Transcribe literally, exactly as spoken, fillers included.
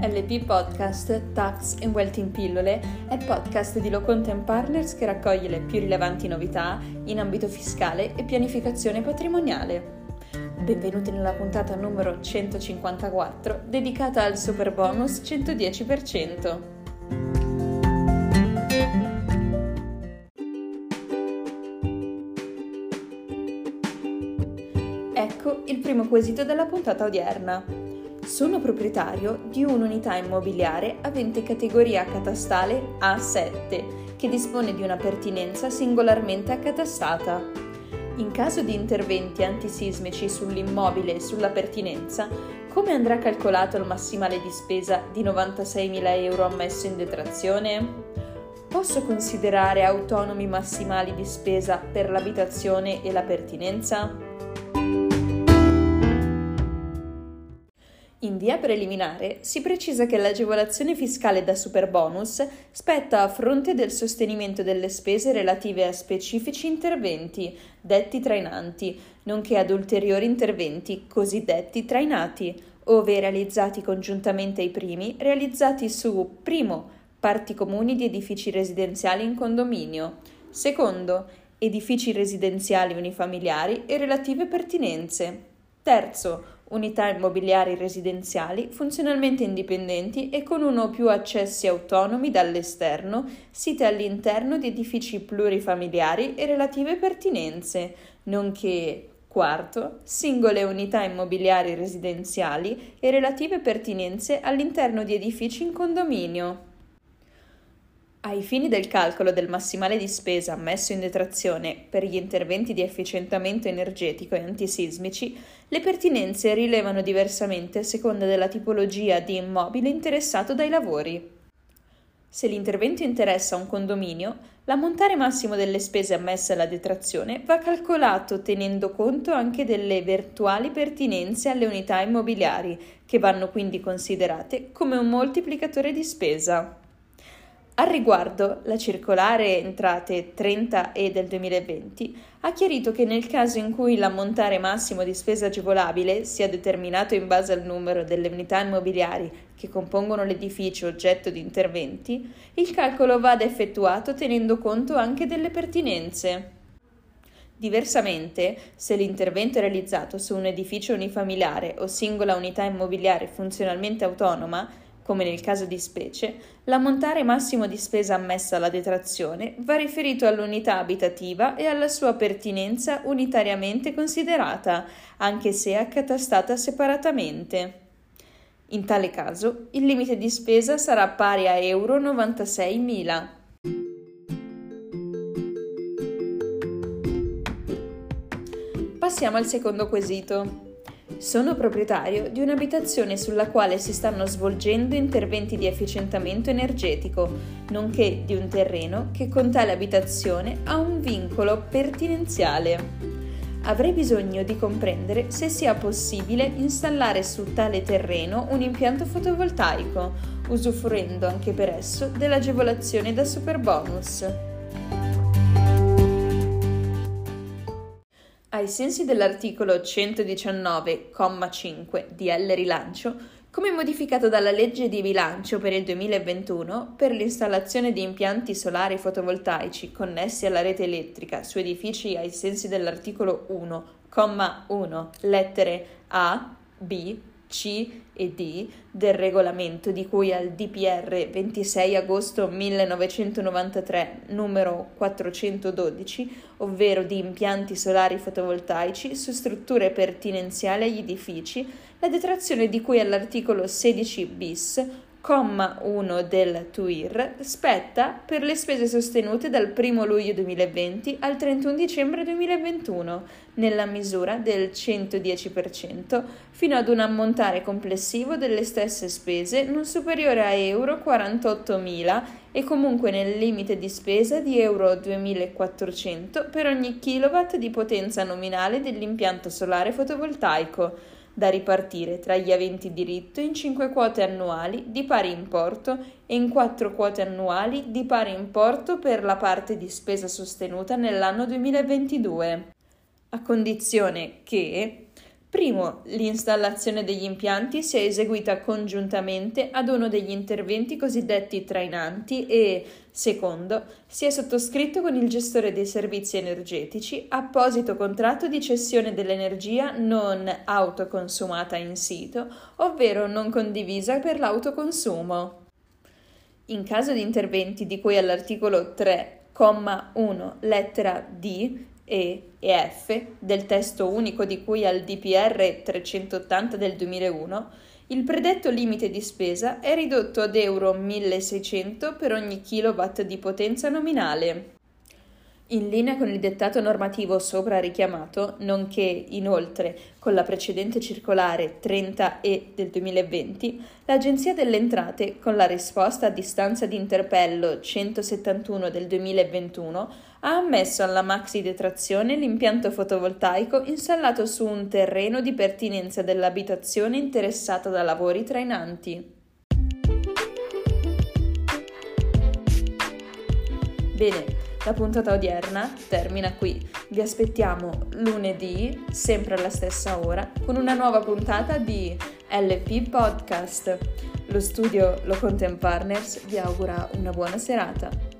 L P Podcast Tax and Wealth in pillole è il podcast di Loconte and Partners che raccoglie le più rilevanti novità in ambito fiscale e pianificazione patrimoniale. Benvenuti nella puntata numero centocinquantaquattro dedicata al super bonus centodieci per cento. Ecco il primo quesito della puntata odierna. Sono proprietario di un'unità immobiliare avente categoria catastale A sette, che dispone di una pertinenza singolarmente accatastata. In caso di interventi antisismici sull'immobile e sulla pertinenza, come andrà calcolato il massimale di spesa di novantaseimila euro ammesso in detrazione? Posso considerare autonomi massimali di spesa per l'abitazione e la pertinenza? In via preliminare si precisa che l'agevolazione fiscale da superbonus spetta a fronte del sostenimento delle spese relative a specifici interventi, detti trainanti, nonché ad ulteriori interventi, cosiddetti trainati, ove realizzati congiuntamente ai primi, realizzati su primo, parti comuni di edifici residenziali in condominio, secondo, edifici residenziali unifamiliari e relative pertinenze, terzo, unità immobiliari residenziali funzionalmente indipendenti e con uno o più accessi autonomi dall'esterno, site all'interno di edifici plurifamiliari e relative pertinenze, nonché, quarto, singole unità immobiliari residenziali e relative pertinenze all'interno di edifici in condominio. Ai fini del calcolo del massimale di spesa ammesso in detrazione per gli interventi di efficientamento energetico e antisismici, le pertinenze rilevano diversamente a seconda della tipologia di immobile interessato dai lavori. Se l'intervento interessa un condominio, l'ammontare massimo delle spese ammesse alla detrazione va calcolato tenendo conto anche delle eventuali pertinenze alle unità immobiliari, che vanno quindi considerate come un moltiplicatore di spesa. Al riguardo, la circolare entrate trenta E del duemilaventi ha chiarito che nel caso in cui l'ammontare massimo di spesa agevolabile sia determinato in base al numero delle unità immobiliari che compongono l'edificio oggetto di interventi, il calcolo vada effettuato tenendo conto anche delle pertinenze. Diversamente, se l'intervento è realizzato su un edificio unifamiliare o singola unità immobiliare funzionalmente autonoma, come nel caso di specie, l'ammontare massimo di spesa ammessa alla detrazione va riferito all'unità abitativa e alla sua pertinenza unitariamente considerata, anche se accatastata separatamente. In tale caso, il limite di spesa sarà pari a euro novantaseimila. Passiamo al secondo quesito. Sono proprietario di un'abitazione sulla quale si stanno svolgendo interventi di efficientamento energetico, nonché di un terreno che con tale abitazione ha un vincolo pertinenziale. Avrei bisogno di comprendere se sia possibile installare su tale terreno un impianto fotovoltaico, usufruendo anche per esso dell'agevolazione da superbonus. Ai sensi dell'articolo centodiciannove comma cinque di L Rilancio, come modificato dalla legge di bilancio per il duemilaventuno, per l'installazione di impianti solari fotovoltaici connessi alla rete elettrica su edifici ai sensi dell'articolo uno comma uno lettere A, B, C e D del regolamento di cui al D P R ventisei agosto millenovecentonovantatré numero quattrocentododici, ovvero di impianti solari fotovoltaici su strutture pertinenziali agli edifici, la detrazione di cui all'articolo sedici bis comma uno del T U I R spetta per le spese sostenute dal primo luglio duemilaventi al trentuno dicembre duemilaventuno nella misura del centodieci per cento fino ad un ammontare complessivo delle stesse spese non superiore a euro quarantottomila e comunque nel limite di spesa di euro duemilaquattrocento per ogni kilowatt di potenza nominale dell'impianto solare fotovoltaico, da ripartire tra gli aventi diritto in cinque quote annuali di pari importo e in quattro quote annuali di pari importo per la parte di spesa sostenuta nell'anno duemilaventidue, a condizione che Primo, l'installazione degli impianti sia eseguita congiuntamente ad uno degli interventi cosiddetti trainanti e, secondo, sia sottoscritto con il gestore dei servizi energetici apposito contratto di cessione dell'energia non autoconsumata in sito, ovvero non condivisa per l'autoconsumo. In caso di interventi di cui all'articolo tre, comma uno, lettera D, E e F del testo unico di cui al D P R trecentottanta del duemilauno, il predetto limite di spesa è ridotto ad euro milleseicento per ogni kilowatt di potenza nominale. In linea con il dettato normativo sopra richiamato, nonché, inoltre, con la precedente circolare trenta E del duemilaventi, l'Agenzia delle Entrate, con la risposta a distanza di interpello centosettantuno del duemilaventuno, ha ammesso alla maxi detrazione l'impianto fotovoltaico installato su un terreno di pertinenza dell'abitazione interessata da lavori trainanti. Bene. La puntata odierna termina qui. Vi aspettiamo lunedì, sempre alla stessa ora, con una nuova puntata di L P Podcast. Lo studio Locontent Partners vi augura una buona serata.